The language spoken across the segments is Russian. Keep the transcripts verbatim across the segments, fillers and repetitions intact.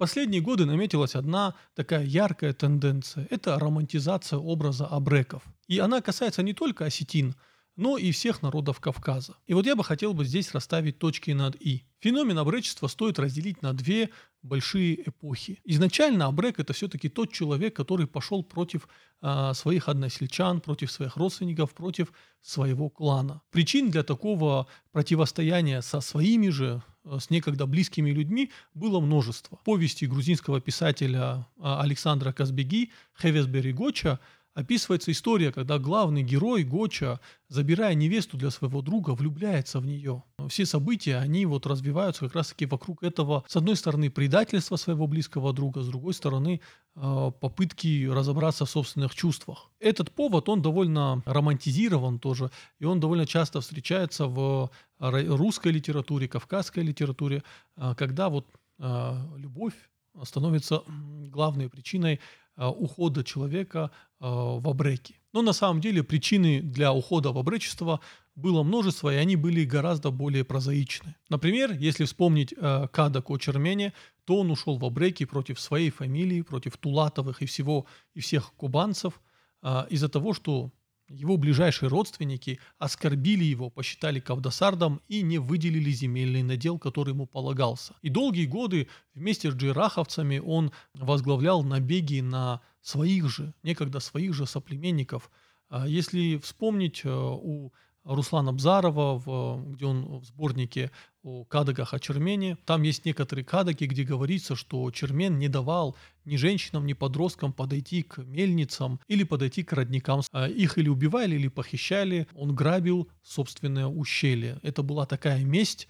Последние годы наметилась одна такая яркая тенденция – это романтизация образа абреков. И она касается не только осетин, но и всех народов Кавказа. И вот я бы хотел бы здесь расставить точки над «и». Феномен абречества стоит разделить на две большие эпохи. Изначально абрек – это все-таки тот человек, который пошел против э, своих односельчан, против своих родственников, против своего клана. Причин для такого противостояния со своими же, э, с некогда близкими людьми было множество. В повести грузинского писателя э, Александра Казбеги «Хевесбери Гоча» описывается история, когда главный герой Гоча, забирая невесту для своего друга, влюбляется в нее. Все события, они вот развиваются как раз-таки вокруг этого, с одной стороны, предательства своего близкого друга, с другой стороны, попытки разобраться в собственных чувствах. Этот повод, он довольно романтизирован тоже, и он довольно часто встречается в русской литературе, кавказской литературе, когда вот любовь становится главной причиной ухода человека в абреки. Но на самом деле причины для ухода в абречество было множество, и они были гораздо более прозаичны. Например, если вспомнить Када Кочермене, то он ушел в абреки против своей фамилии, против Тулатовых и всего, и всех кубанцев из-за того, что его ближайшие родственники оскорбили его, посчитали кавдосардом и не выделили земельный надел, который ему полагался. И долгие годы вместе с джейраховцами он возглавлял набеги на своих же, некогда своих же соплеменников. Если вспомнить у Руслана Бзарова, в, где он в сборнике о кадагах о Чермене, там есть некоторые кадаги, где говорится, что Чермен не давал ни женщинам, ни подросткам подойти к мельницам или подойти к родникам. Их или убивали, или похищали. Он грабил собственное ущелье. Это была такая месть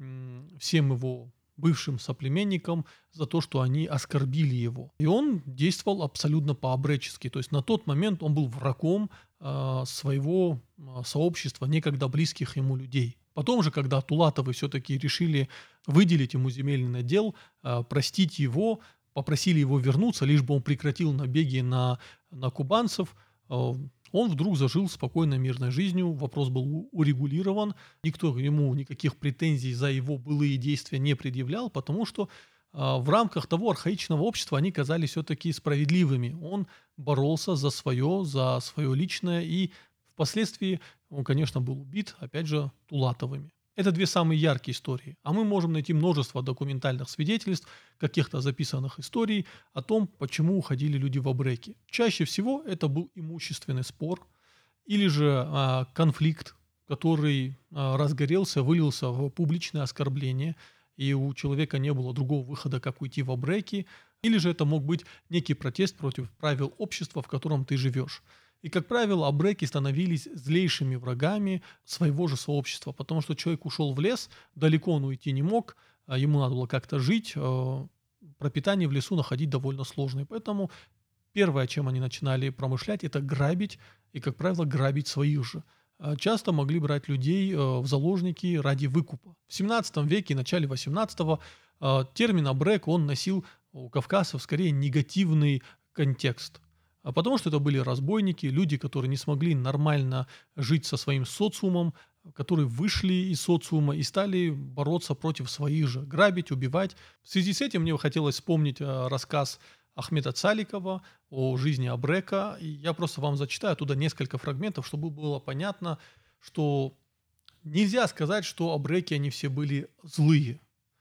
всем его бывшим соплеменникам за то, что они оскорбили его. И он действовал абсолютно по-абречески. То есть на тот момент он был врагом э, своего э, сообщества, некогда близких ему людей. Потом же, когда Тулатовы все-таки решили выделить ему земельный надел, э, простить его, попросили его вернуться, лишь бы он прекратил набеги на, на кубанцев, э, он вдруг зажил спокойной мирной жизнью, вопрос был урегулирован, никто ему никаких претензий за его былые действия не предъявлял, потому что э, в рамках того архаичного общества они казались все-таки справедливыми. Он боролся за свое, за свое личное, и впоследствии он, конечно, был убит, опять же, Тулатовыми. Это две самые яркие истории. А мы можем найти множество документальных свидетельств, каких-то записанных историй о том, почему уходили люди в абреки. Чаще всего это был имущественный спор или же а, конфликт, который а, разгорелся, вылился в публичное оскорбление, и у человека не было другого выхода, как уйти в абреки, или же это мог быть некий протест против правил общества, в котором ты живешь. И, как правило, абреки становились злейшими врагами своего же сообщества, потому что человек ушел в лес, далеко он уйти не мог, ему надо было как-то жить, пропитание в лесу находить довольно сложно. И поэтому первое, чем они начинали промышлять, это грабить, и, как правило, грабить своих же. Часто могли брать людей в заложники ради выкупа. В семнадцатом веке и начале восемнадцатого термин абрек, он носил у кавказцев скорее негативный контекст. Потому что это были разбойники, люди, которые не смогли нормально жить со своим социумом, которые вышли из социума и стали бороться против своих же, грабить, убивать. В связи с этим мне хотелось вспомнить рассказ Ахмеда Цаликова о жизни абрека. И я просто вам зачитаю оттуда несколько фрагментов, чтобы было понятно, что нельзя сказать, что абреки, они все были злые.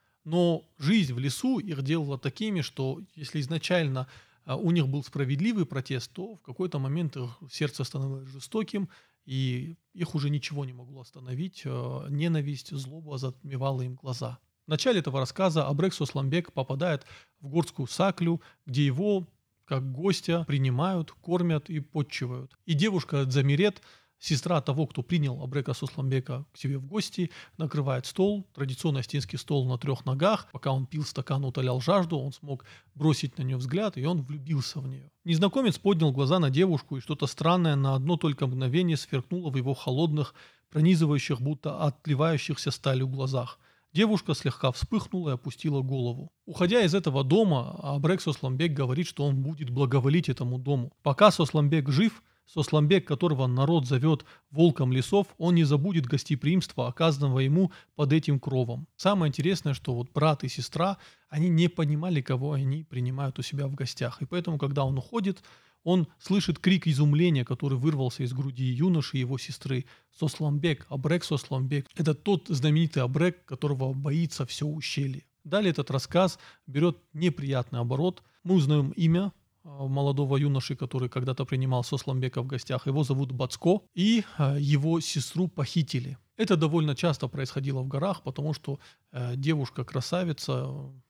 Но жизнь в лесу их делала такими, что если изначально у них был справедливый протест, то в какой-то момент их сердце становилось жестоким, и их уже ничего не могло остановить. Ненависть, злоба затмевала им глаза. В начале этого рассказа абрек Сосламбек попадает в горскую Саклю, где его, как гостя, принимают, кормят и подчивают. И девушка Дзамирет, сестра того, кто принял абрека Сосламбека к себе в гости, накрывает стол, традиционно осетинский стол на трех ногах. Пока он пил стакан, утолял жажду, он смог бросить на нее взгляд, и он влюбился в нее. Незнакомец поднял глаза на девушку, и что-то странное на одно только мгновение сверкнуло в его холодных, пронизывающих, будто отливающихся сталью глазах. Девушка слегка вспыхнула и опустила голову. Уходя из этого дома, абрек Сосламбек говорит, что он будет благоволить этому дому. Пока Сосламбек жив, Сосланбек, которого народ зовет волком лесов, он не забудет гостеприимства, оказанного ему под этим кровом. Самое интересное, что вот брат и сестра, они не понимали, кого они принимают у себя в гостях. И поэтому, когда он уходит, он слышит крик изумления, который вырвался из груди юноши и его сестры. Сосланбек, абрек Сосланбек. Это тот знаменитый абрек, которого боится все ущелье. Далее этот рассказ берет неприятный оборот. Мы узнаем имя молодого юноши, который когда-то принимал Сосланбека в гостях. Его зовут Бацко, и его сестру похитили. Это довольно часто происходило в горах, потому что девушка-красавица,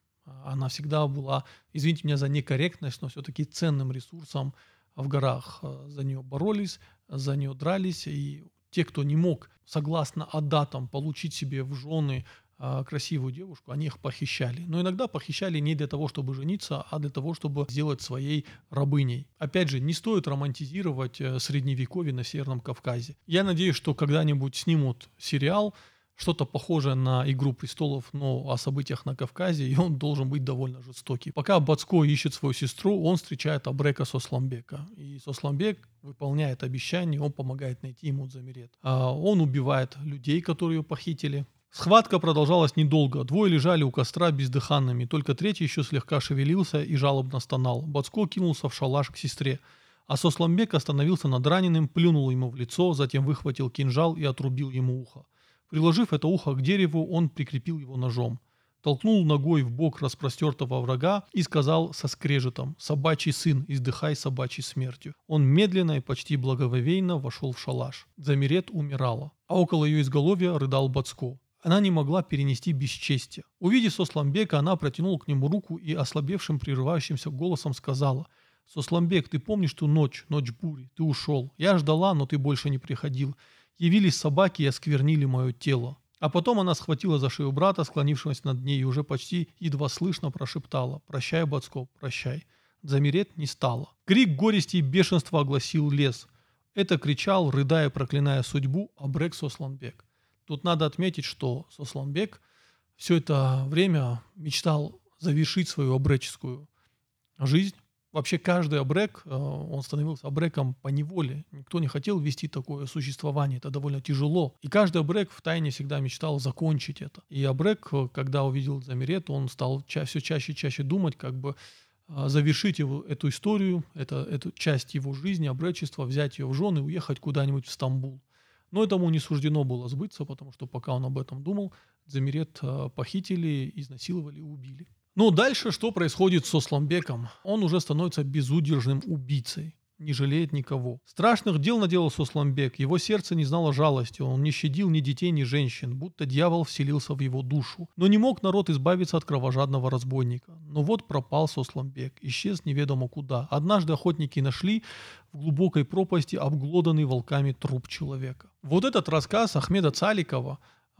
она всегда была, извините меня за некорректность, но все-таки ценным ресурсом в горах. За нее боролись, за нее дрались, и те, кто не мог, согласно адатам, получить себе в жены красивую девушку, они их похищали. Но иногда похищали не для того, чтобы жениться, а для того, чтобы сделать своей рабыней. Опять же, не стоит романтизировать средневековье на Северном Кавказе. Я надеюсь, что когда-нибудь снимут сериал, что-то похожее на «Игру престолов», но о событиях на Кавказе, и он должен быть довольно жестокий. Пока Бацко ищет свою сестру, он встречает абрека Сосланбека. И Сосланбек выполняет обещание, он помогает найти ему Дзамирет. А он убивает людей, которые ее похитили. Схватка продолжалась недолго. Двое лежали у костра бездыханными, только третий еще слегка шевелился и жалобно стонал. Бацко кинулся в шалаш к сестре. А Сосланбек остановился над раненым, плюнул ему в лицо, затем выхватил кинжал и отрубил ему ухо. Приложив это ухо к дереву, он прикрепил его ножом. Толкнул ногой в бок распростертого врага и сказал со скрежетом: «Собачий сын, издыхай собачьей смертью». Он медленно и почти благоговейно вошел в шалаш. Дзамирет умирала, а около ее изголовья рыдал Бацко. Она не могла перенести бесчестия. Увидев Сосланбека, она протянула к нему руку и ослабевшим, прерывающимся голосом сказала: «Сосланбек, ты помнишь ту ночь, ночь бури? Ты ушел. Я ждала, но ты больше не приходил. Явились собаки и осквернили мое тело». А потом она схватила за шею брата, склонившегося над ней, и уже почти едва слышно прошептала: «Прощай, Бацко, прощай». Дзамирет не стало. Крик горести и бешенства огласил лес. Это кричал, рыдая, проклиная судьбу, абрек Сосланбек. Тут надо отметить, что Сосланбек все это время мечтал завершить свою абреческую жизнь. Вообще каждый абрек, он становился абреком по неволе. Никто не хотел вести такое существование, это довольно тяжело. И каждый абрек втайне всегда мечтал закончить это. И абрек, когда увидел Дзамирет, он стал ча- все чаще и чаще думать, как бы завершить его, эту историю, это, эту часть его жизни, абречества, взять ее в жены и уехать куда-нибудь в Стамбул. Но этому не суждено было сбыться, потому что пока он об этом думал, Дзамирет похитили, изнасиловали и убили. Но дальше что происходит с Сосланбеком? Он уже становится безудержным убийцей, не жалеет никого. Страшных дел наделал Сосланбек, его сердце не знало жалости, он не щадил ни детей, ни женщин, будто дьявол вселился в его душу. Но не мог народ избавиться от кровожадного разбойника. Но вот пропал Сосланбек, исчез неведомо куда. Однажды охотники нашли в глубокой пропасти обглоданный волками труп человека. Вот этот рассказ Ахмеда Цаликова,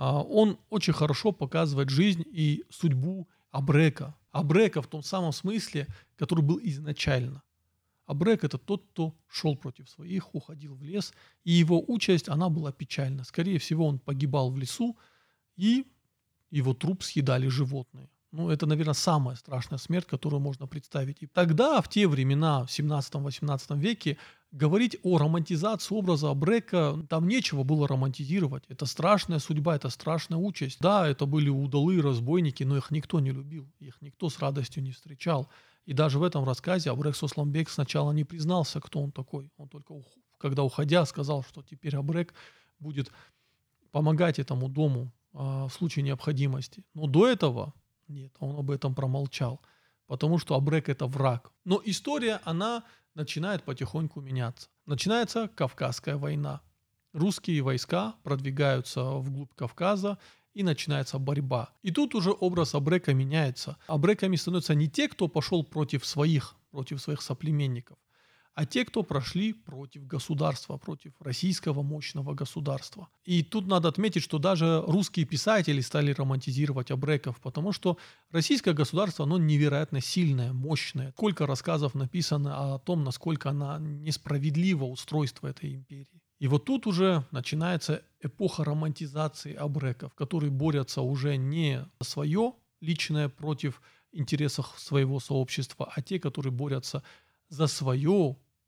он очень хорошо показывает жизнь и судьбу абрека. Абрека в том самом смысле, который был изначально. Абрек – это тот, кто шел против своих, уходил в лес, и его участь, она была печальна. Скорее всего, он погибал в лесу, и его труп съедали животные. Ну, это, наверное, самая страшная смерть, которую можно представить. И тогда, в те времена, в семнадцатом-восемнадцатом веке, говорить о романтизации образа абрека, там нечего было романтизировать. Это страшная судьба, это страшная участь. Да, это были удалы, разбойники, но их никто не любил, их никто с радостью не встречал. И даже в этом рассказе абрек Сосланбек сначала не признался, кто он такой. Он только, когда уходя, сказал, что теперь абрек будет помогать этому дому а, в случае необходимости. Но до этого нет, он об этом промолчал, потому что абрек – это враг. Но история, она начинает потихоньку меняться. Начинается Кавказская война. Русские войска продвигаются вглубь Кавказа, и начинается борьба. И тут уже образ абрека меняется. Абреками становятся не те, кто пошел против своих, против своих соплеменников, а те, кто прошли против государства, против российского мощного государства. И тут надо отметить, что даже русские писатели стали романтизировать абреков, потому что российское государство, оно невероятно сильное, мощное. Сколько рассказов написано о том, насколько она несправедлива, устройство этой империи. И вот тут уже начинается эпоха романтизации абреков, которые борются уже не за свое личное против интересов своего сообщества, а те, которые борются за свое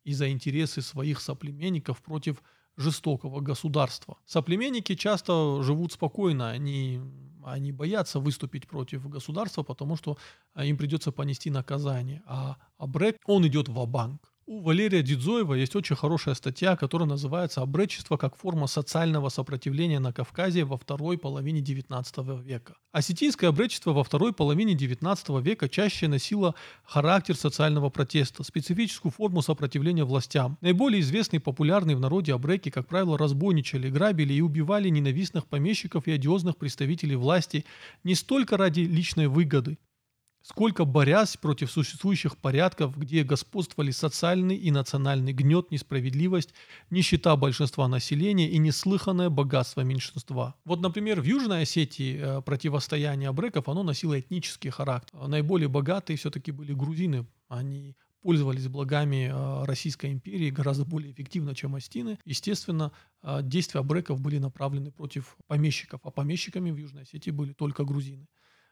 и за интересы своих соплеменников против жестокого государства. Соплеменники часто живут спокойно, они, они боятся выступить против государства, потому что а, им придется понести наказание. А Абрек, он идет ва-банк. У Валерия Дидзоева есть очень хорошая статья, которая называется «Абречество как форма социального сопротивления на Кавказе во второй половине девятнадцатого века». Осетинское абречество во второй половине девятнадцатого века чаще носило характер социального протеста, специфическую форму сопротивления властям. Наиболее известные и популярные в народе абреки, как правило, разбойничали, грабили и убивали ненавистных помещиков и одиозных представителей власти не столько ради личной выгоды, сколько борясь против существующих порядков, где господствовали социальный и национальный гнет, несправедливость, нищета большинства населения и неслыханное богатство меньшинства. Вот, например, в Южной Осетии э, противостояние абреков, оно носило этнический характер. Наиболее богатые все-таки были грузины, они пользовались благами э, Российской империи гораздо более эффективно, чем осетины. Естественно, э, действия абреков были направлены против помещиков, а помещиками в Южной Осетии были только грузины.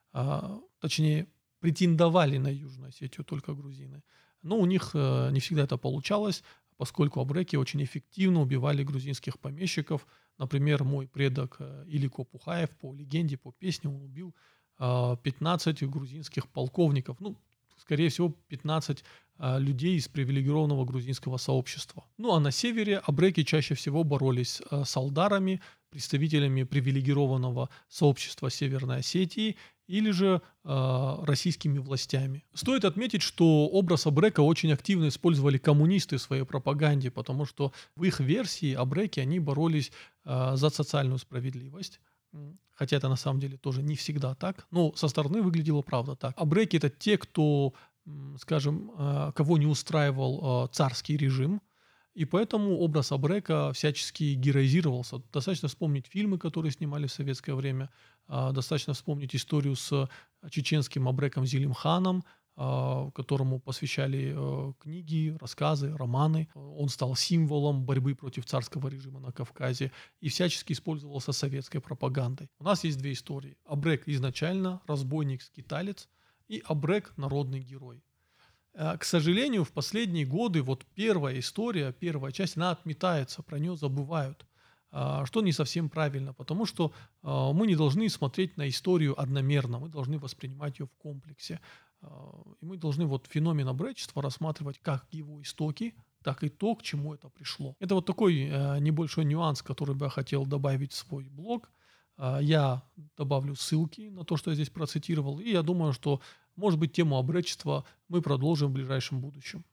А, точнее, претендовали на Южную Осетию только грузины. Но у них э, не всегда это получалось, поскольку абреки очень эффективно убивали грузинских помещиков. Например, мой предок э, Илико Пухаев, по легенде, по песне, он убил э, пятнадцать грузинских полковников. Ну, скорее всего, пятнадцать э, людей из привилегированного грузинского сообщества. Ну, а на севере абреки чаще всего боролись э, с алдарами, представителями привилегированного сообщества Северной Осетии, или же э, российскими властями. Стоит отметить, что образ абрека очень активно использовали коммунисты в своей пропаганде, потому что в их версии абреки, они боролись э, за социальную справедливость, хотя это на самом деле тоже не всегда так, но со стороны выглядело правда так. Абреки — это те, кто, скажем, э, кого не устраивал э, царский режим, и поэтому образ абрека всячески героизировался. Достаточно вспомнить фильмы, которые снимали в советское время, достаточно вспомнить историю с чеченским абреком Зелимханом, которому посвящали книги, рассказы, романы. Он стал символом борьбы против царского режима на Кавказе и всячески использовался советской пропагандой. У нас есть две истории. Абрек изначально разбойник-скиталец и абрек — народный герой. К сожалению, в последние годы вот первая история, первая часть, она отметается, про нее забывают, что не совсем правильно, потому что мы не должны смотреть на историю одномерно, мы должны воспринимать ее в комплексе. И мы должны вот феномен абречества рассматривать как его истоки, так и то, к чему это пришло. Это вот такой небольшой нюанс, который бы я хотел добавить в свой блог. Я добавлю ссылки на то, что я здесь процитировал, и я думаю, что, может быть, тему абречества мы продолжим в ближайшем будущем.